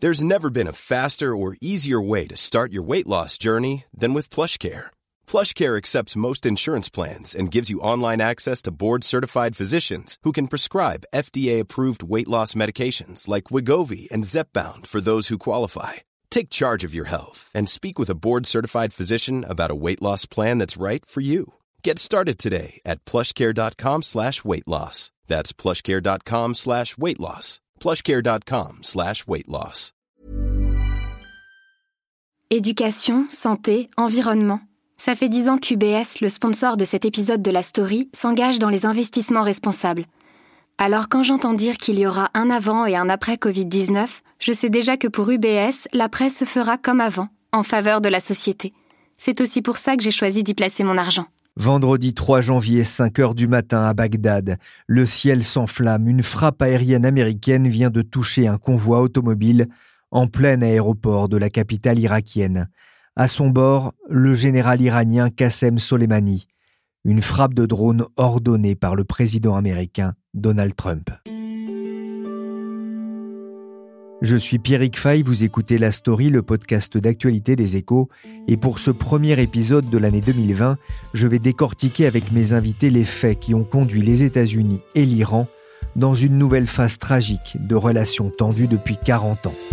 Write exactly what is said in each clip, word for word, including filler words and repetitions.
There's never been a faster or easier way to start your weight loss journey than with PlushCare. PlushCare accepts most insurance plans and gives you online access to board-certified physicians who can prescribe F D A-approved weight loss medications like Wegovy and Zepbound for those who qualify. Take charge of your health and speak with a board-certified physician about a weight loss plan that's right for you. Get started today at plushcare.com slash weight loss. That's plushcare.com slash weight loss. plushcare.com slash weight loss. Éducation, santé, environnement. Ça fait dix ans qu'U B S, le sponsor de cet épisode de la story, s'engage dans les investissements responsables. Alors quand j'entends dire qu'il y aura un avant et un après covid dix-neuf, je sais déjà que pour U B S, l'après se fera comme avant, en faveur de la société. C'est aussi pour ça que j'ai choisi d'y placer mon argent. Vendredi trois janvier, cinq heures du matin à Bagdad, le ciel s'enflamme. Une frappe aérienne américaine vient de toucher un convoi automobile en plein aéroport de la capitale irakienne. À son bord, le général iranien Qassem Soleimani. Une frappe de drone ordonnée par le président américain Donald Trump. Je suis Pierrick Fay, vous écoutez La Story, le podcast d'actualité des Échos. Et pour ce premier épisode de l'année deux mille vingt, je vais décortiquer avec mes invités les faits qui ont conduit les États-Unis et l'Iran dans une nouvelle phase tragique de relations tendues depuis quarante ans.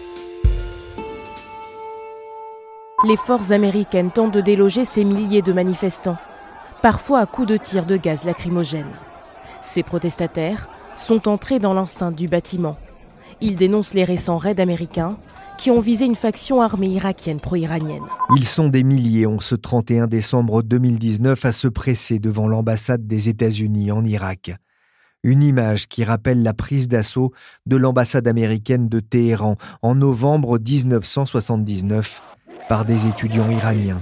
Les forces américaines tentent de déloger ces milliers de manifestants, parfois à coups de tirs de gaz lacrymogène. Ces protestataires sont entrés dans l'enceinte du bâtiment. Ils dénoncent les récents raids américains qui ont visé une faction armée irakienne pro-iranienne. Ils sont des milliers, on ce trente et un décembre deux mille dix-neuf, à se presser devant l'ambassade des États-Unis en Irak. Une image qui rappelle la prise d'assaut de l'ambassade américaine de Téhéran en novembre dix-neuf cent soixante-dix-neuf par des étudiants iraniens.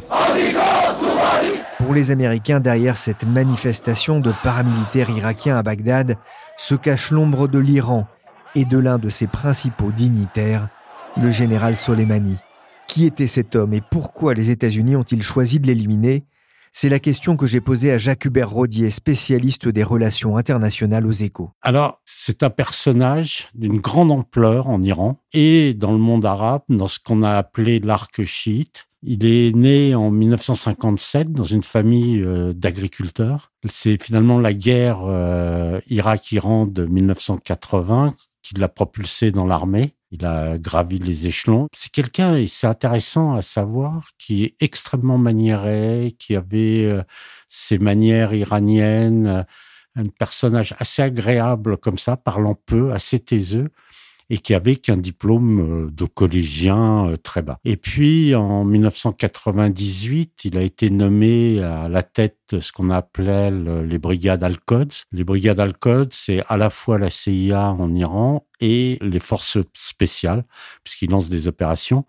Pour les Américains, derrière cette manifestation de paramilitaires irakiens à Bagdad, se cache l'ombre de l'Iran et de l'un de ses principaux dignitaires, le général Soleimani. Qui était cet homme et pourquoi les États-Unis ont-ils choisi de l'éliminer ? C'est la question que j'ai posée à Jacques-Hubert Rodier, spécialiste des relations internationales aux Échos. Alors, c'est un personnage d'une grande ampleur en Iran et dans le monde arabe, dans ce qu'on a appelé l'arc chiite. Il est né en dix-neuf cent cinquante-sept dans une famille euh, d'agriculteurs. C'est finalement la guerre euh, Irak-Iran de dix-neuf cent quatre-vingts qui l'a propulsé dans l'armée. Il a gravi les échelons. C'est quelqu'un, et c'est intéressant à savoir, qui est extrêmement maniéré, qui avait euh, ses manières iraniennes, euh, un personnage assez agréable comme ça, parlant peu, assez taiseux, et qui avait qu'un diplôme de collégien euh, très bas. Et puis, en dix-neuf cent quatre-vingt-dix-huit, il a été nommé à la tête de ce qu'on appelait les brigades Al-Quds. Les brigades Al-Quds, c'est à la fois la C I A en Iran et les forces spéciales, puisqu'ils lancent des opérations.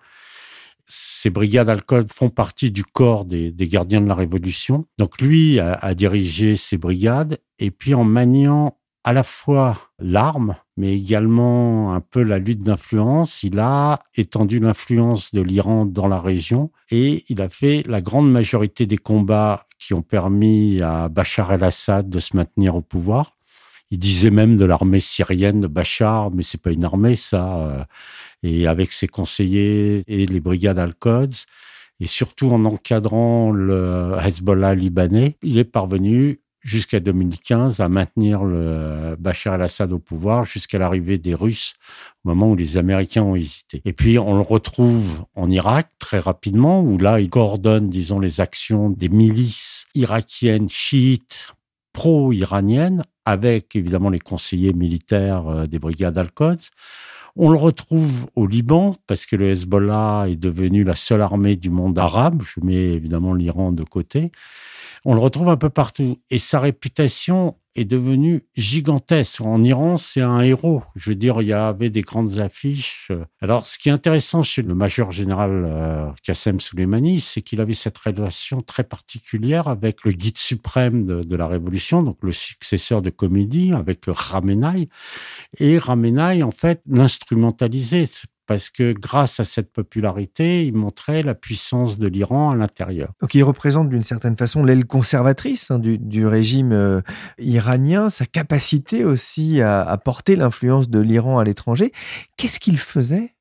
Ces brigades Al-Quds font partie du corps des, des gardiens de la Révolution. Donc lui a, a dirigé ces brigades, et puis en maniant à la fois l'arme, mais également un peu la lutte d'influence, il a étendu l'influence de l'Iran dans la région et il a fait la grande majorité des combats qui ont permis à Bachar el-Assad de se maintenir au pouvoir. Il disait même de l'armée syrienne de Bachar, mais c'est pas une armée, ça. Et avec ses conseillers et les brigades Al-Quds, et surtout en encadrant le Hezbollah libanais, il est parvenu jusqu'à deux mille quinze à maintenir le Bachar el-Assad au pouvoir jusqu'à l'arrivée des Russes, au moment où les Américains ont hésité. Et puis, on le retrouve en Irak très rapidement, où là, il coordonne, disons, les actions des milices irakiennes, chiites, pro-iraniennes, avec évidemment les conseillers militaires des brigades Al-Quds. On le retrouve au Liban, parce que le Hezbollah est devenu la seule armée du monde arabe. Je mets évidemment l'Iran de côté. On le retrouve un peu partout. Et sa réputation est devenue gigantesque. En Iran, c'est un héros. Je veux dire, il y avait des grandes affiches. Alors, ce qui est intéressant chez le major général euh, Qassem Soleimani, c'est qu'il avait cette relation très particulière avec le guide suprême de, de la Révolution, donc le successeur de Khomeini, avec Khamenei. Et Khamenei, en fait, l'instrumentalisait. Parce que grâce à cette popularité, il montrait la puissance de l'Iran à l'intérieur. Donc il représente d'une certaine façon l'aile conservatrice hein, du, du régime euh, iranien, sa capacité aussi à, à porter l'influence de l'Iran à l'étranger. Qu'est-ce qu'il faisait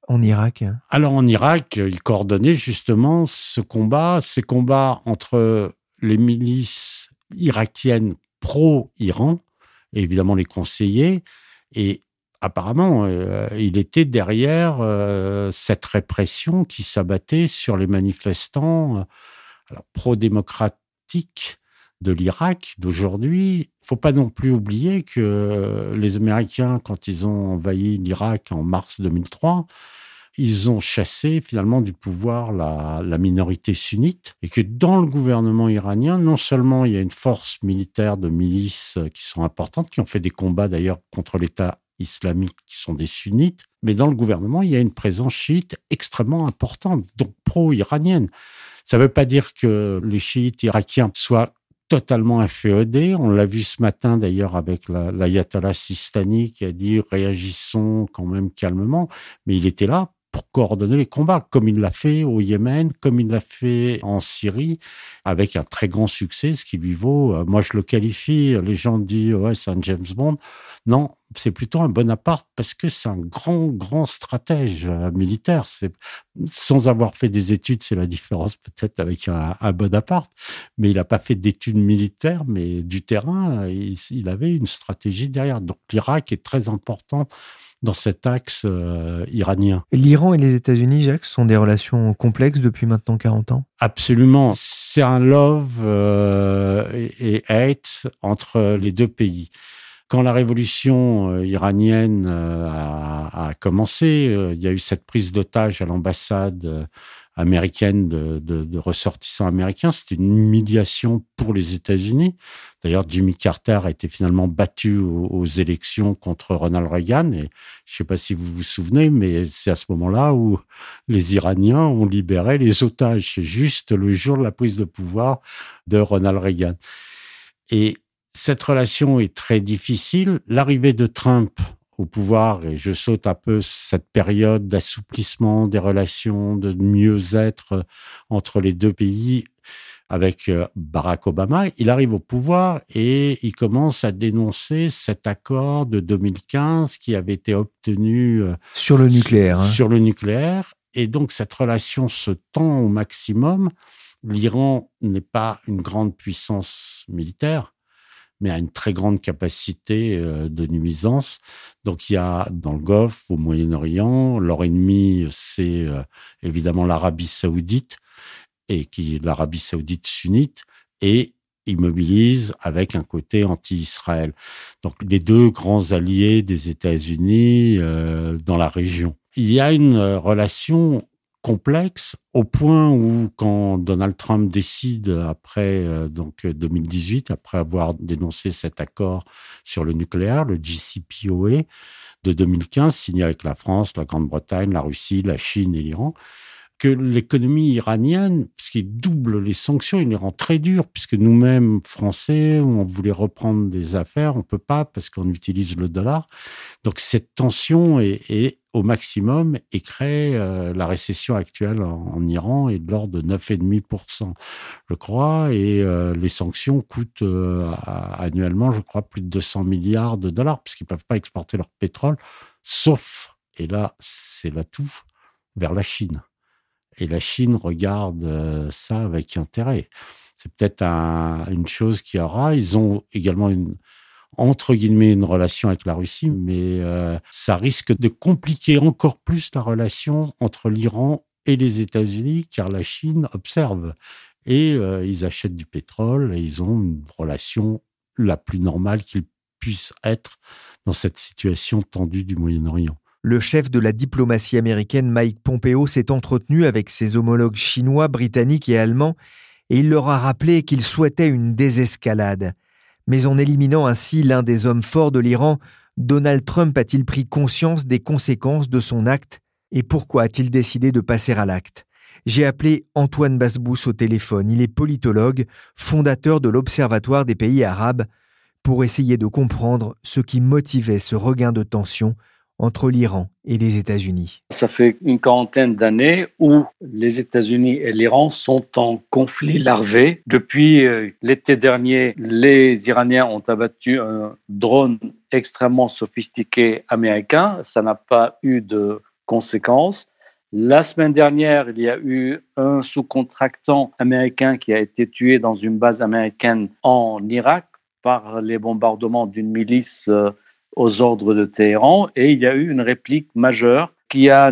en Irak? Alors en Irak, il coordonnait justement ce combat, ces combats entre les milices irakiennes pro-Iran, et évidemment les conseillers, et apparemment, euh, il était derrière euh, cette répression qui s'abattait sur les manifestants euh, alors, pro-démocratiques de l'Irak d'aujourd'hui. Il ne faut pas non plus oublier que les Américains, quand ils ont envahi l'Irak en mars deux mille trois, ils ont chassé finalement du pouvoir la, la minorité sunnite, et que dans le gouvernement iranien, non seulement il y a une force militaire de milices qui sont importantes, qui ont fait des combats d'ailleurs contre l'État islamique qui sont des sunnites, mais dans le gouvernement, il y a une présence chiite extrêmement importante, donc pro-iranienne. Ça ne veut pas dire que les chiites irakiens soient totalement inféodés. On l'a vu ce matin d'ailleurs avec la, l'ayatollah Sistani qui a dit « réagissons quand même calmement », mais il était là pour coordonner les combats, comme il l'a fait au Yémen, comme il l'a fait en Syrie, avec un très grand succès, ce qui lui vaut, euh, moi je le qualifie, les gens disent ouais, c'est un James Bond. Non, c'est plutôt un Bonaparte, parce que c'est un grand, grand stratège euh, militaire. C'est, sans avoir fait des études, c'est la différence peut-être avec un, un Bonaparte, mais il n'a pas fait d'études militaires, mais du terrain, il, il avait une stratégie derrière. Donc l'Irak est très important dans cet axe euh, iranien. L'Iran et les États-Unis, Jacques, sont des relations complexes depuis maintenant quarante ans? Absolument. C'est un love euh, et, et hate entre les deux pays. Quand la révolution euh, iranienne euh, a, a commencé, euh, il y a eu cette prise d'otage à l'ambassade euh, américaine de, de, de ressortissants américains. C'était une humiliation pour les États-Unis. D'ailleurs, Jimmy Carter a été finalement battu aux, aux élections contre Ronald Reagan. Et je ne sais pas si vous vous souvenez, mais c'est à ce moment-là où les Iraniens ont libéré les otages. C'est juste le jour de la prise de pouvoir de Ronald Reagan. Et cette relation est très difficile. L'arrivée de Trump au pouvoir, et je saute un peu cette période d'assouplissement des relations, de mieux-être entre les deux pays avec Barack Obama, il arrive au pouvoir et il commence à dénoncer cet accord de deux mille quinze qui avait été obtenu sur le nucléaire. Hein. Sur le nucléaire. Et donc cette relation se tend au maximum. L'Iran n'est pas une grande puissance militaire, mais a une très grande capacité de nuisance. Donc, il y a dans le Golfe, au Moyen-Orient, leur ennemi, c'est euh, évidemment l'Arabie saoudite, et qui est l'Arabie saoudite sunnite, et ils mobilisent avec un côté anti-Israël. Donc, les deux grands alliés des États-Unis euh, dans la région. Il y a une euh, relation complexe au point où quand Donald Trump décide après euh, donc deux mille dix-huit, après avoir dénoncé cet accord sur le nucléaire, le J C P O A de deux mille quinze, signé avec la France, la Grande-Bretagne, la Russie, la Chine et l'Iran, que l'économie iranienne, puisqu'il double les sanctions, il les rend très dures, puisque nous-mêmes, Français, on voulait reprendre des affaires, on ne peut pas parce qu'on utilise le dollar. Donc cette tension est, est au maximum et crée euh, la récession actuelle en, en Iran est de l'ordre de neuf virgule cinq pour cent, je crois, et euh, les sanctions coûtent euh, annuellement, je crois, plus de deux cents milliards de dollars, puisqu'ils ne peuvent pas exporter leur pétrole, sauf, et là, c'est l'atout, vers la Chine. Et la Chine regarde euh, ça avec intérêt. C'est peut-être un, une chose qu'il y aura. Ils ont également une, entre guillemets, une relation avec la Russie, mais euh, ça risque de compliquer encore plus la relation entre l'Iran et les États-Unis, car la Chine observe. Et euh, ils achètent du pétrole et ils ont une relation la plus normale qu'ils puissent être dans cette situation tendue du Moyen-Orient. Le chef de la diplomatie américaine, Mike Pompeo, s'est entretenu avec ses homologues chinois, britanniques et allemands, et il leur a rappelé qu'il souhaitait une désescalade. Mais en éliminant ainsi l'un des hommes forts de l'Iran, Donald Trump a-t-il pris conscience des conséquences de son acte? Et pourquoi a-t-il décidé de passer à l'acte? J'ai appelé Antoine Basbous au téléphone. Il est politologue, fondateur de l'Observatoire des pays arabes, pour essayer de comprendre ce qui motivait ce regain de tension entre l'Iran et les États-Unis. Ça fait une quarantaine d'années où les États-Unis et l'Iran sont en conflit larvé. Depuis euh, l'été dernier, les Iraniens ont abattu un drone extrêmement sophistiqué américain. Ça n'a pas eu de conséquences. La semaine dernière, il y a eu un sous-contractant américain qui a été tué dans une base américaine en Irak par les bombardements d'une milice euh, aux ordres de Téhéran. Et il y a eu une réplique majeure qui a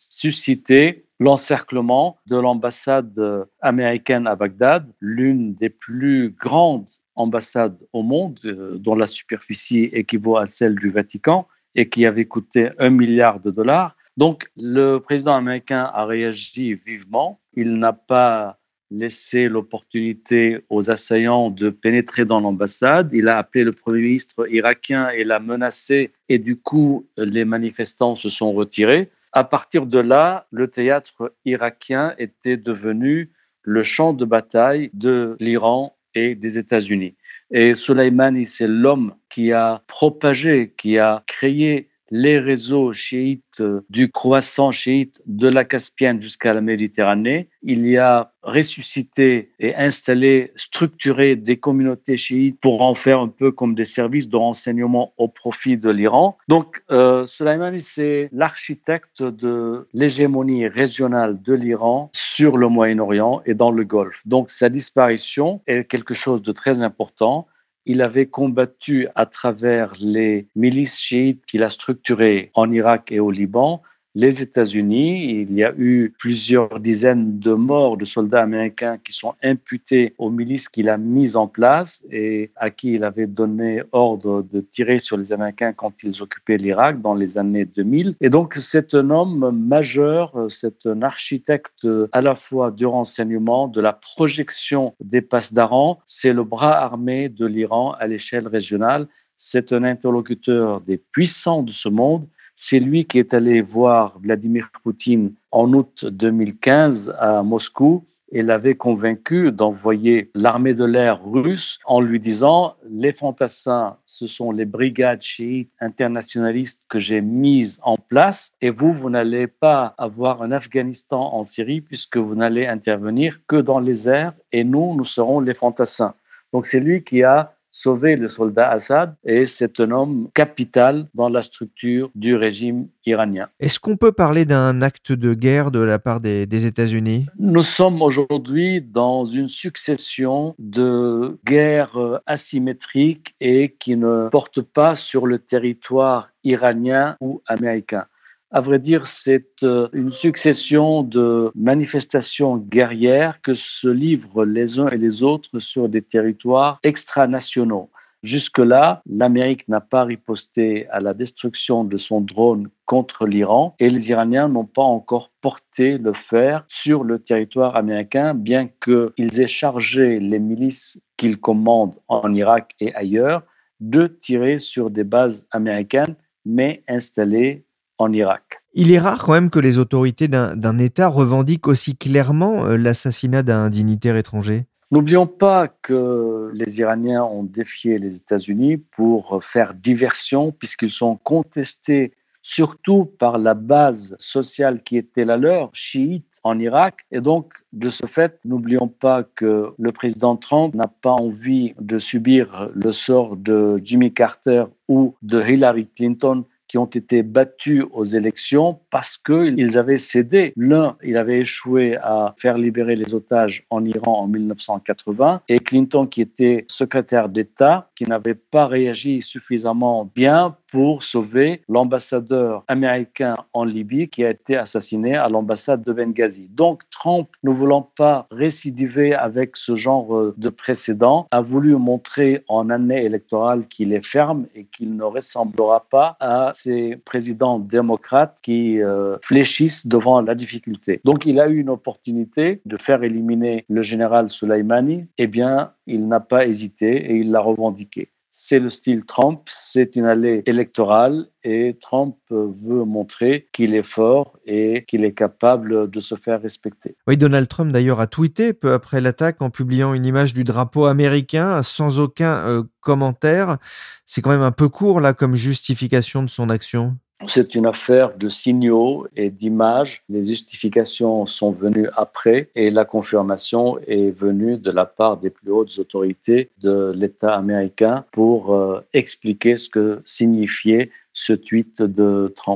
suscité l'encerclement de l'ambassade américaine à Bagdad, l'une des plus grandes ambassades au monde, euh, dont la superficie équivaut à celle du Vatican et qui avait coûté un milliard de dollars. Donc, le président américain a réagi vivement. Il n'a pas laissé l'opportunité aux assaillants de pénétrer dans l'ambassade. Il a appelé le premier ministre irakien et l'a menacé, et du coup, les manifestants se sont retirés. À partir de là, le théâtre irakien était devenu le champ de bataille de l'Iran et des États-Unis. Et Soleimani, c'est l'homme qui a propagé, qui a créé les réseaux chiites du croissant chiite de la Caspienne jusqu'à la Méditerranée. Il y a ressuscité et installé, structuré des communautés chiites pour en faire un peu comme des services de renseignement au profit de l'Iran. Donc, euh, Soleimani, c'est l'architecte de l'hégémonie régionale de l'Iran sur le Moyen-Orient et dans le Golfe. Donc, sa disparition est quelque chose de très important. Il avait combattu à travers les milices chiites qu'il a structurées en Irak et au Liban les États-Unis. Il y a eu plusieurs dizaines de morts de soldats américains qui sont imputés aux milices qu'il a mises en place et à qui il avait donné ordre de tirer sur les Américains quand ils occupaient l'Irak dans les années deux mille. Et donc, c'est un homme majeur, c'est un architecte à la fois du renseignement, de la projection des passes d'Aran. C'est le bras armé de l'Iran à l'échelle régionale. C'est un interlocuteur des puissants de ce monde. C'est lui qui est allé voir Vladimir Poutine en août deux mille quinze à Moscou et l'avait convaincu d'envoyer l'armée de l'air russe en lui disant « Les fantassins, ce sont les brigades chiites internationalistes que j'ai mises en place et vous, vous n'allez pas avoir un Afghanistan en Syrie puisque vous n'allez intervenir que dans les airs et nous, nous serons les fantassins. » Donc c'est lui qui a sauver le soldat Assad et c'est un homme capital dans la structure du régime iranien. Est-ce qu'on peut parler d'un acte de guerre de la part des, des États-Unis ? Nous sommes aujourd'hui dans une succession de guerres asymétriques et qui ne portent pas sur le territoire iranien ou américain. À vrai dire, c'est une succession de manifestations guerrières que se livrent les uns et les autres sur des territoires extranationaux. Jusque-là, l'Amérique n'a pas riposté à la destruction de son drone contre l'Iran et les Iraniens n'ont pas encore porté le fer sur le territoire américain, bien qu'ils aient chargé les milices qu'ils commandent en Irak et ailleurs de tirer sur des bases américaines, mais installées en Irak. Il est rare quand même que les autorités d'un, d'un État revendiquent aussi clairement l'assassinat d'un dignitaire étranger. N'oublions pas que les Iraniens ont défié les États-Unis pour faire diversion puisqu'ils sont contestés surtout par la base sociale qui était la leur, chiite, en Irak. Et donc, de ce fait, n'oublions pas que le président Trump n'a pas envie de subir le sort de Jimmy Carter ou de Hillary Clinton qui ont été battus aux élections parce qu'ils avaient cédé. L'un, il avait échoué à faire libérer les otages en Iran en mille neuf cent quatre-vingts et Clinton, qui était secrétaire d'État, qui n'avait pas réagi suffisamment bien pour sauver l'ambassadeur américain en Libye qui a été assassiné à l'ambassade de Benghazi. Donc Trump, ne voulant pas récidiver avec ce genre de précédent, a voulu montrer en année électorale qu'il est ferme et qu'il ne ressemblera pas à ces présidents démocrates qui euh, fléchissent devant la difficulté. Donc il a eu une opportunité de faire éliminer le général Soleimani. Eh bien, il n'a pas hésité et il l'a revendiqué. C'est le style Trump, c'est une allée électorale et Trump veut montrer qu'il est fort et qu'il est capable de se faire respecter. Oui, Donald Trump d'ailleurs a tweeté peu après l'attaque en publiant une image du drapeau américain sans aucun euh, commentaire. C'est quand même un peu court là comme justification de son action. C'est une affaire de signaux et d'images. Les justifications sont venues après et la confirmation est venue de la part des plus hautes autorités de l'État américain pour euh, expliquer ce que signifiait ce tweet de Trump.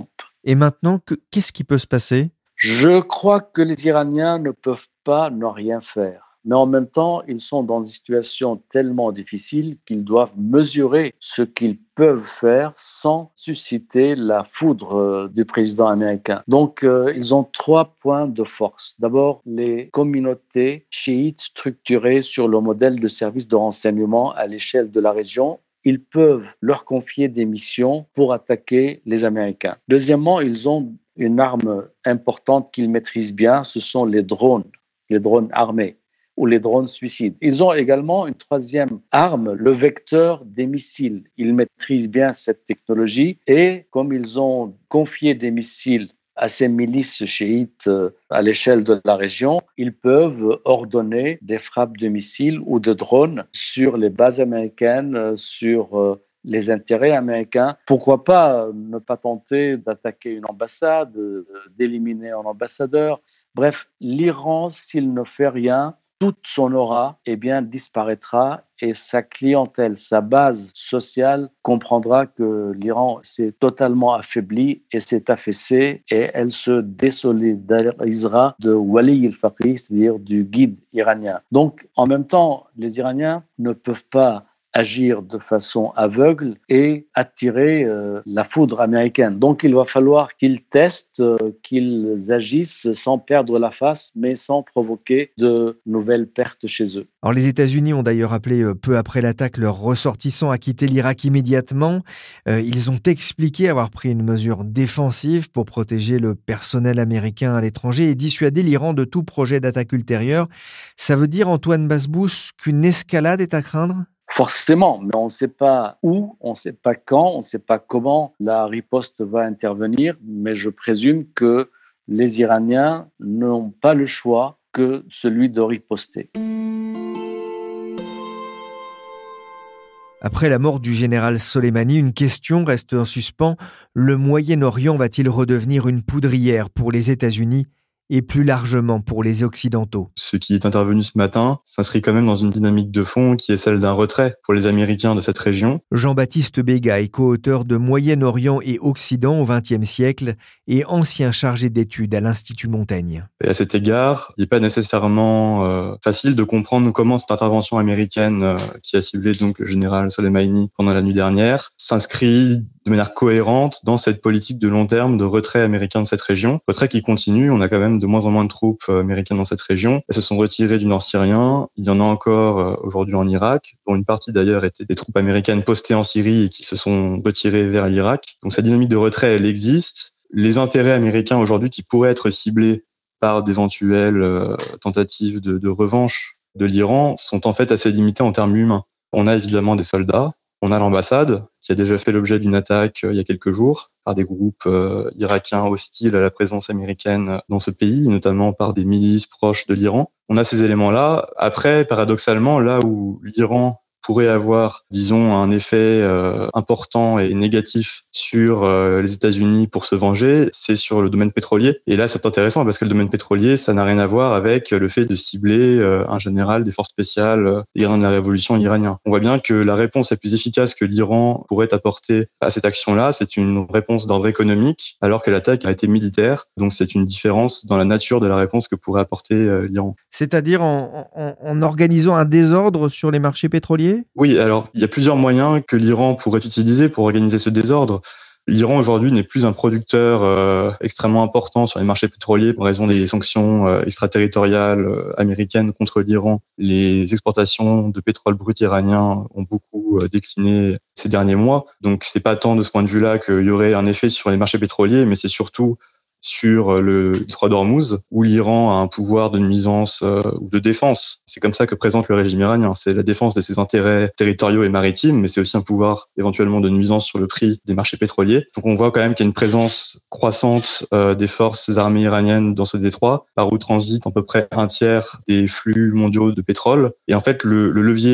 Et maintenant, que, qu'est-ce qui peut se passer ? Je crois que les Iraniens ne peuvent pas ne rien faire. Mais en même temps, ils sont dans une situation tellement difficile qu'ils doivent mesurer ce qu'ils peuvent faire sans susciter la foudre du président américain. Donc, euh, ils ont trois points de force. D'abord, les communautés chiites structurées sur le modèle de services de renseignement à l'échelle de la région. Ils peuvent leur confier des missions pour attaquer les Américains. Deuxièmement, ils ont une arme importante qu'ils maîtrisent bien, ce sont les drones, les drones armés ou les drones suicides. Ils ont également une troisième arme, le vecteur des missiles. Ils maîtrisent bien cette technologie et comme ils ont confié des missiles à ces milices chiites à l'échelle de la région, ils peuvent ordonner des frappes de missiles ou de drones sur les bases américaines, sur les intérêts américains. Pourquoi pas ne pas tenter d'attaquer une ambassade, d'éliminer un ambassadeur. Bref, l'Iran, s'il ne fait rien, toute son aura eh bien, disparaîtra et sa clientèle, sa base sociale comprendra que l'Iran s'est totalement affaibli et s'est affaissé et elle se désolidarisera de Wali al-Faqih, c'est-à-dire du guide iranien. Donc, en même temps, les Iraniens ne peuvent pas agir de façon aveugle et attirer euh, la foudre américaine. Donc, il va falloir qu'ils testent, euh, qu'ils agissent sans perdre la face, mais sans provoquer de nouvelles pertes chez eux. Alors, les États-Unis ont d'ailleurs appelé euh, peu après l'attaque leurs ressortissants à quitter l'Irak immédiatement. Euh, ils ont expliqué avoir pris une mesure défensive pour protéger le personnel américain à l'étranger et dissuader l'Iran de tout projet d'attaque ultérieure. Ça veut dire, Antoine Basbous, qu'une escalade est à craindre ? Forcément, mais on ne sait pas où, on ne sait pas quand, on ne sait pas comment la riposte va intervenir, mais je présume que les Iraniens n'ont pas le choix que celui de riposter. Après la mort du général Soleimani, une question reste en suspens. Le Moyen-Orient va-t-il redevenir une poudrière pour les États-Unis et plus largement pour les Occidentaux? Ce qui est intervenu ce matin s'inscrit quand même dans une dynamique de fond qui est celle d'un retrait pour les Américains de cette région. Jean-Baptiste Bégaï, co-auteur de Moyen-Orient et Occident au vingtième siècle et ancien chargé d'études à l'Institut Montaigne. Et à cet égard, il n'est pas nécessairement euh, facile de comprendre comment cette intervention américaine euh, qui a ciblé donc le général Soleimani pendant la nuit dernière s'inscrit de manière cohérente dans cette politique de long terme de retrait américain de cette région. Retrait qui continue, on a quand même de moins en moins de troupes américaines dans cette région. Elles se sont retirées du nord syrien. Il y en a encore aujourd'hui en Irak, dont une partie d'ailleurs était des troupes américaines postées en Syrie et qui se sont retirées vers l'Irak. Donc cette dynamique de retrait, elle existe. Les intérêts américains aujourd'hui qui pourraient être ciblés par d'éventuelles euh, tentatives de, de revanche de l'Iran sont en fait assez limités en termes humains. On a évidemment des soldats. On a l'ambassade qui a déjà fait l'objet d'une attaque euh, il y a quelques jours par des groupes euh, irakiens hostiles à la présence américaine dans ce pays, notamment par des milices proches de l'Iran. On a ces éléments-là. Après, paradoxalement, là où l'Iran pourrait avoir, disons, un effet euh, important et négatif sur euh, les États-Unis pour se venger, c'est sur le domaine pétrolier. Et là, c'est intéressant parce que le domaine pétrolier, ça n'a rien à voir avec le fait de cibler euh, un général des forces spéciales euh, iranien de la révolution iranien. On voit bien que la réponse la plus efficace que l'Iran pourrait apporter à cette action-là, c'est une réponse d'ordre économique, alors que l'attaque a été militaire. Donc, c'est une différence dans la nature de la réponse que pourrait apporter euh, l'Iran. C'est-à-dire en, en, en organisant un désordre sur les marchés pétroliers ? Oui, alors il y a plusieurs moyens que l'Iran pourrait utiliser pour organiser ce désordre. L'Iran aujourd'hui n'est plus un producteur euh, extrêmement important sur les marchés pétroliers en raison des sanctions euh, extraterritoriales euh, américaines contre l'Iran. Les exportations de pétrole brut iranien ont beaucoup euh, décliné ces derniers mois. Donc c'est pas tant de ce point de vue-là qu'il y aurait un effet sur les marchés pétroliers, mais c'est surtout sur le détroit d'Ormuz, où l'Iran a un pouvoir de nuisance euh, ou de défense. C'est comme ça que présente le régime iranien. C'est la défense de ses intérêts territoriaux et maritimes, mais c'est aussi un pouvoir éventuellement de nuisance sur le prix des marchés pétroliers. Donc on voit quand même qu'il y a une présence croissante euh, des forces armées iraniennes dans ce détroit, par où transite à peu près un tiers des flux mondiaux de pétrole. Et en fait, le, le levier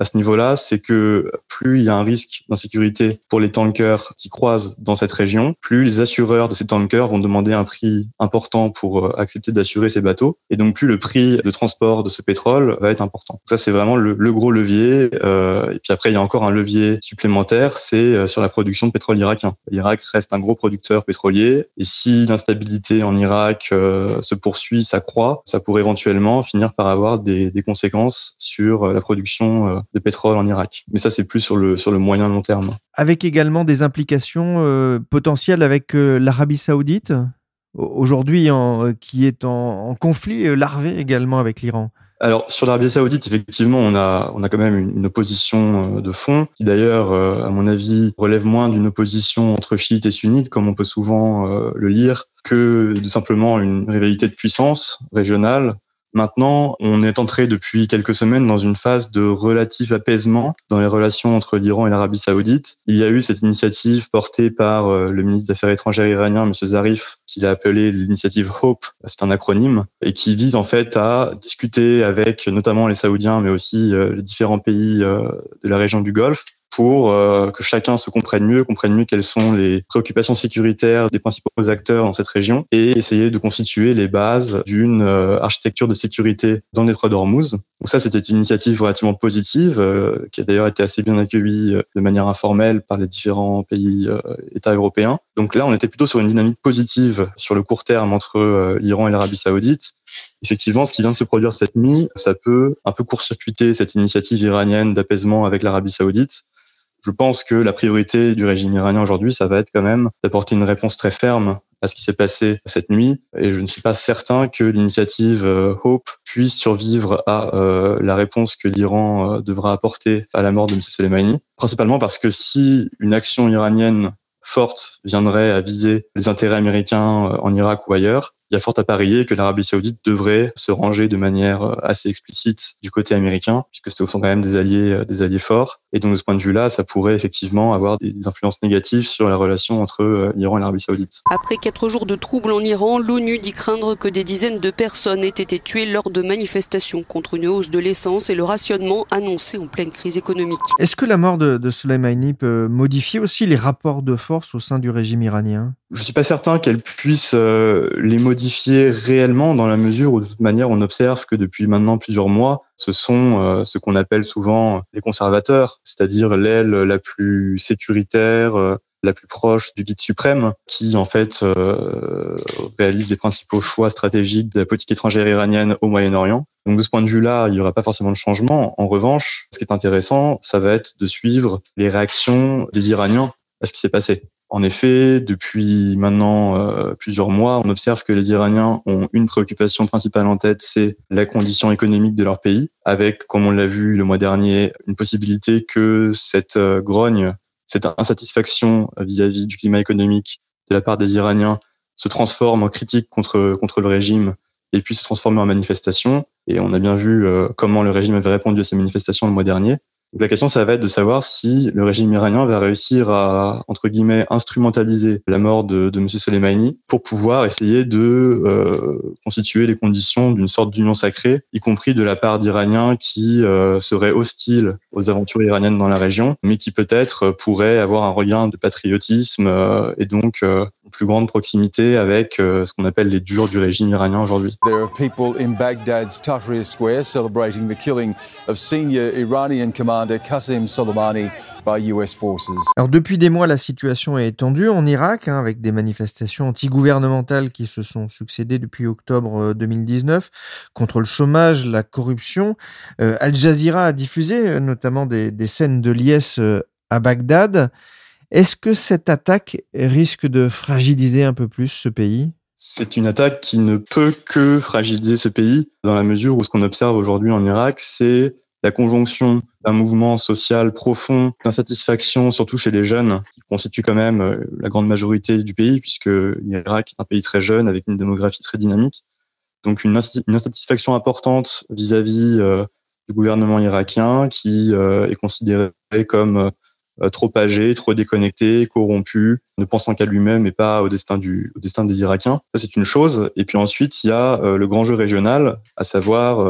à ce niveau-là, c'est que plus il y a un risque d'insécurité pour les tankers qui croisent dans cette région, plus les assureurs de ces tankers vont demander un prix important pour accepter d'assurer ces bateaux, et donc plus le prix de transport de ce pétrole va être important. Ça, c'est vraiment le, le gros levier. Euh, et puis après, il y a encore un levier supplémentaire, c'est sur la production de pétrole irakien. L'Irak reste un gros producteur pétrolier, et si l'instabilité en Irak euh, se poursuit, s'accroît, ça pourrait éventuellement finir par avoir des, des conséquences sur la production euh, de pétrole en Irak. Mais ça, c'est plus sur le sur le moyen long terme. Avec également des implications euh, potentielles avec euh, l'Arabie Saoudite, aujourd'hui en, euh, qui est en, en conflit euh, larvé également avec l'Iran. Alors sur l'Arabie Saoudite, effectivement, on a on a quand même une, une opposition de fond qui d'ailleurs, euh, à mon avis, relève moins d'une opposition entre chiites et sunnites, comme on peut souvent euh, le lire, que de simplement une rivalité de puissance régionale. Maintenant, on est entré depuis quelques semaines dans une phase de relatif apaisement dans les relations entre l'Iran et l'Arabie Saoudite. Il y a eu cette initiative portée par euh, le ministre des Affaires étrangères iranien, M. Zarif, qu'il a appelé l'initiative HOPE, c'est un acronyme, et qui vise en fait à discuter avec notamment les Saoudiens, mais aussi euh, les différents pays euh, de la région du Golfe, pour euh, que chacun se comprenne mieux, comprenne mieux quelles sont les préoccupations sécuritaires des principaux acteurs dans cette région et essayer de constituer les bases d'une euh, architecture de sécurité dans le détroit d'Ormuz. Donc ça, c'était une initiative relativement positive euh, qui a d'ailleurs été assez bien accueillie euh, de manière informelle par les différents pays euh, États européens. Donc là, on était plutôt sur une dynamique positive sur le court terme entre euh, l'Iran et l'Arabie Saoudite. Effectivement, ce qui vient de se produire cette nuit, ça peut un peu court-circuiter cette initiative iranienne d'apaisement avec l'Arabie Saoudite. Je pense que la priorité du régime iranien aujourd'hui, ça va être quand même d'apporter une réponse très ferme à ce qui s'est passé cette nuit. Et je ne suis pas certain que l'initiative euh, HOPE puisse survivre à euh, la réponse que l'Iran euh, devra apporter à la mort de M. Soleimani. Principalement parce que si une action iranienne forte viendrait à viser les intérêts américains euh, en Irak ou ailleurs, il y a fort à parier que l'Arabie Saoudite devrait se ranger de manière assez explicite du côté américain, puisque ce sont quand même des alliés, des alliés forts. Et donc, de ce point de vue-là, ça pourrait effectivement avoir des influences négatives sur la relation entre l'Iran et l'Arabie Saoudite. Après quatre jours de troubles en Iran, l'ONU dit craindre que des dizaines de personnes aient été tuées lors de manifestations contre une hausse de l'essence et le rationnement annoncé en pleine crise économique. Est-ce que la mort de, de Soleimani peut modifier aussi les rapports de force au sein du régime iranien ? Je ne suis pas certain qu'elle puisse euh, les modifier réellement, dans la mesure où de toute manière on observe que depuis maintenant plusieurs mois, ce sont euh, ce qu'on appelle souvent les conservateurs, c'est-à-dire l'aile la plus sécuritaire, euh, la plus proche du guide suprême, qui en fait euh, réalise les principaux choix stratégiques de la politique étrangère iranienne au Moyen-Orient. Donc de ce point de vue-là, il n'y aura pas forcément de changement. En revanche, ce qui est intéressant, ça va être de suivre les réactions des Iraniens à ce qui s'est passé. En effet, depuis maintenant euh, plusieurs mois, on observe que les Iraniens ont une préoccupation principale en tête, c'est la condition économique de leur pays, avec, comme on l'a vu le mois dernier, une possibilité que cette euh, grogne, cette insatisfaction vis-à-vis du climat économique de la part des Iraniens se transforme en critique contre contre le régime et puis se transformer en manifestation. Et on a bien vu euh, comment le régime avait répondu à ces manifestations le mois dernier. Donc la question, ça va être de savoir si le régime iranien va réussir à, entre guillemets, instrumentaliser la mort de, de M. Soleimani pour pouvoir essayer de euh, constituer les conditions d'une sorte d'union sacrée, y compris de la part d'Iraniens qui euh, seraient hostiles aux aventures iraniennes dans la région, mais qui peut-être pourraient avoir un regain de patriotisme euh, et donc euh, une plus grande proximité avec euh, ce qu'on appelle les durs du régime iranien aujourd'hui. There are people in Baghdad's Tahrir Square celebrating the killing of senior Iranian commander Qasem Soleimani by U S forces. Alors depuis des mois, la situation est tendue en Irak, hein, avec des manifestations anti-gouvernementales qui se sont succédées depuis octobre deux mille dix-neuf contre le chômage, la corruption. Euh, Al Jazeera a diffusé euh, notamment des, des scènes de liesse euh, à Bagdad. Est-ce que cette attaque risque de fragiliser un peu plus ce pays ? C'est une attaque qui ne peut que fragiliser ce pays, dans la mesure où ce qu'on observe aujourd'hui en Irak, c'est la conjonction d'un mouvement social profond, d'insatisfaction, surtout chez les jeunes, qui constituent quand même la grande majorité du pays, puisque l'Irak est un pays très jeune, avec une démographie très dynamique. Donc une, ins- une insatisfaction importante vis-à-vis euh, du gouvernement irakien, qui euh, est considéré comme euh, trop âgé, trop déconnecté, corrompu, ne pensant qu'à lui-même et pas au destin du, au destin des Irakiens. Ça, c'est une chose. Et puis ensuite, il y a euh, le grand jeu régional, à savoir euh,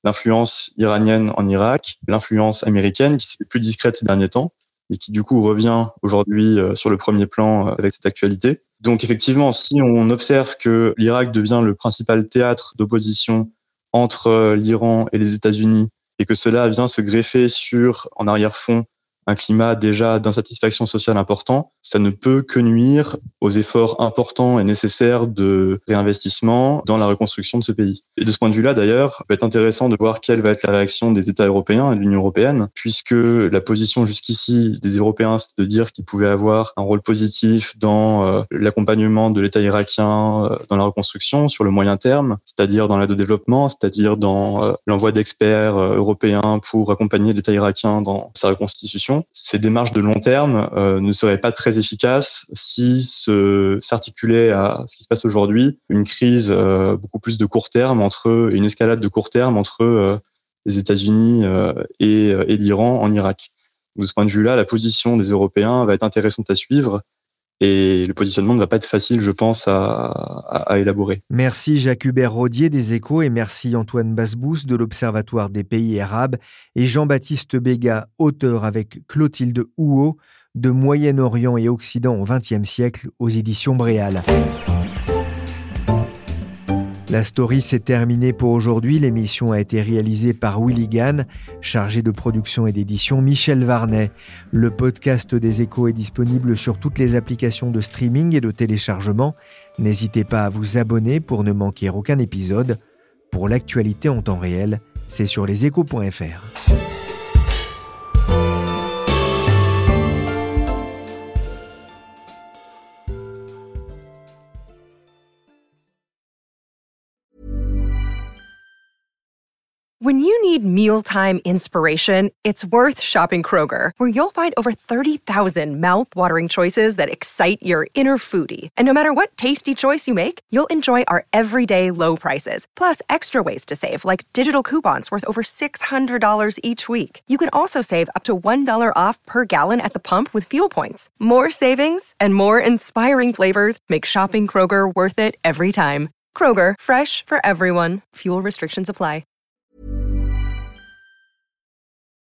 l'influence iranienne en Irak, l'influence américaine qui s'est plus discrète ces derniers temps et qui du coup revient aujourd'hui sur le premier plan avec cette actualité. Donc effectivement, si on observe que l'Irak devient le principal théâtre d'opposition entre l'Iran et les États-Unis et que cela vient se greffer sur, en arrière-fond, un climat déjà d'insatisfaction sociale important, ça ne peut que nuire aux efforts importants et nécessaires de réinvestissement dans la reconstruction de ce pays. Et de ce point de vue-là, d'ailleurs, ça va être intéressant de voir quelle va être la réaction des États européens et de l'Union européenne, puisque la position jusqu'ici des Européens, c'est de dire qu'ils pouvaient avoir un rôle positif dans euh, l'accompagnement de l'État irakien euh, dans la reconstruction sur le moyen terme, c'est-à-dire dans l'aide au développement, c'est-à-dire dans euh, l'envoi d'experts euh, européens pour accompagner l'État irakien dans sa reconstitution. Ces démarches de long terme euh, ne seraient pas très efficaces si se, s'articulait à ce qui se passe aujourd'hui une crise euh, beaucoup plus de court terme entre une escalade de court terme entre euh, les États-Unis euh, et, et l'Iran en Irak. De ce point de vue-là, la position des Européens va être intéressante à suivre. Et le positionnement ne va pas être facile, je pense, à, à, à élaborer. Merci Jacques-Hubert Rodier des Échos et merci Antoine Basbous de l'Observatoire des pays arabes et Jean-Baptiste Béga, auteur avec Clotilde Houot de Moyen-Orient et Occident au vingtième siècle aux éditions Bréal. La story s'est terminée pour aujourd'hui. L'émission a été réalisée par Willy Gann, chargé de production et d'édition Michel Varnet. Le podcast des Échos est disponible sur toutes les applications de streaming et de téléchargement. N'hésitez pas à vous abonner pour ne manquer aucun épisode. Pour l'actualité en temps réel, c'est sur leséchos point f r. When you need mealtime inspiration, it's worth shopping Kroger, where you'll find over thirty thousand mouth-watering choices that excite your inner foodie. And no matter what tasty choice you make, you'll enjoy our everyday low prices, plus extra ways to save, like digital coupons worth over six hundred dollars each week. You can also save up to one dollar off per gallon at the pump with fuel points. More savings and more inspiring flavors make shopping Kroger worth it every time. Kroger, fresh for everyone. Fuel restrictions apply.